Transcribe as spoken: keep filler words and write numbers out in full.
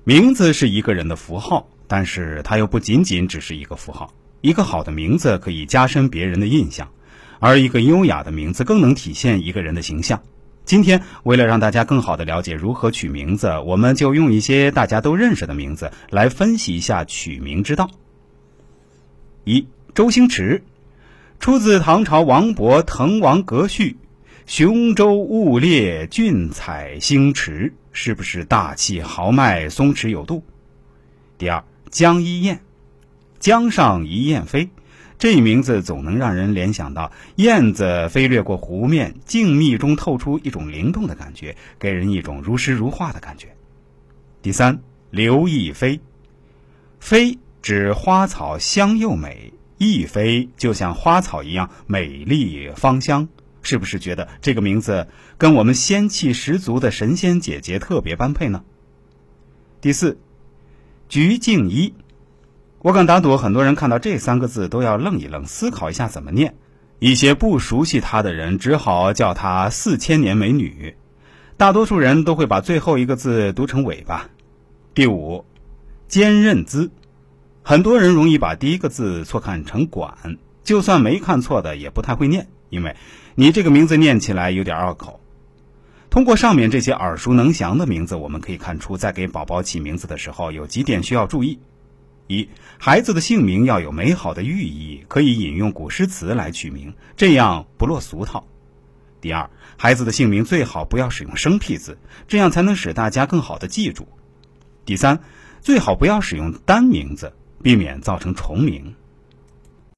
名字是一个人的符号，但是它又不仅仅只是一个符号。一个好的名字可以加深别人的印象，而一个优雅的名字更能体现一个人的形象。今天为了让大家更好地了解如何取名字，我们就用一些大家都认识的名字来分析一下取名之道。一、周星驰，出自唐朝王勃《滕王阁序》，雄州雾列，俊采星驰，是不是大气豪迈，松弛有度？第二，江一燕，江上一燕飞，这一名字总能让人联想到燕子飞掠过湖面，静谧中透出一种灵动的感觉，给人一种如诗如画的感觉。第三，刘亦菲，菲指花草香又美，亦菲就像花草一样美丽芳香，是不是觉得这个名字跟我们仙气十足的神仙姐姐特别般配呢？第四，鞠婧祎，我敢打赌很多人看到这三个字都要愣一愣，思考一下怎么念。一些不熟悉她的人只好叫她四千年美女，大多数人都会把最后一个字读成尾巴。第五，坚韧滋，很多人容易把第一个字错看成管，就算没看错的也不太会念，因为你这个名字念起来有点拗口。通过上面这些耳熟能详的名字，我们可以看出在给宝宝起名字的时候有几点需要注意。一、孩子的姓名要有美好的寓意，可以引用古诗词来取名，这样不落俗套。第二，孩子的姓名最好不要使用生僻字，这样才能使大家更好地记住。第三，最好不要使用单名字，避免造成重名。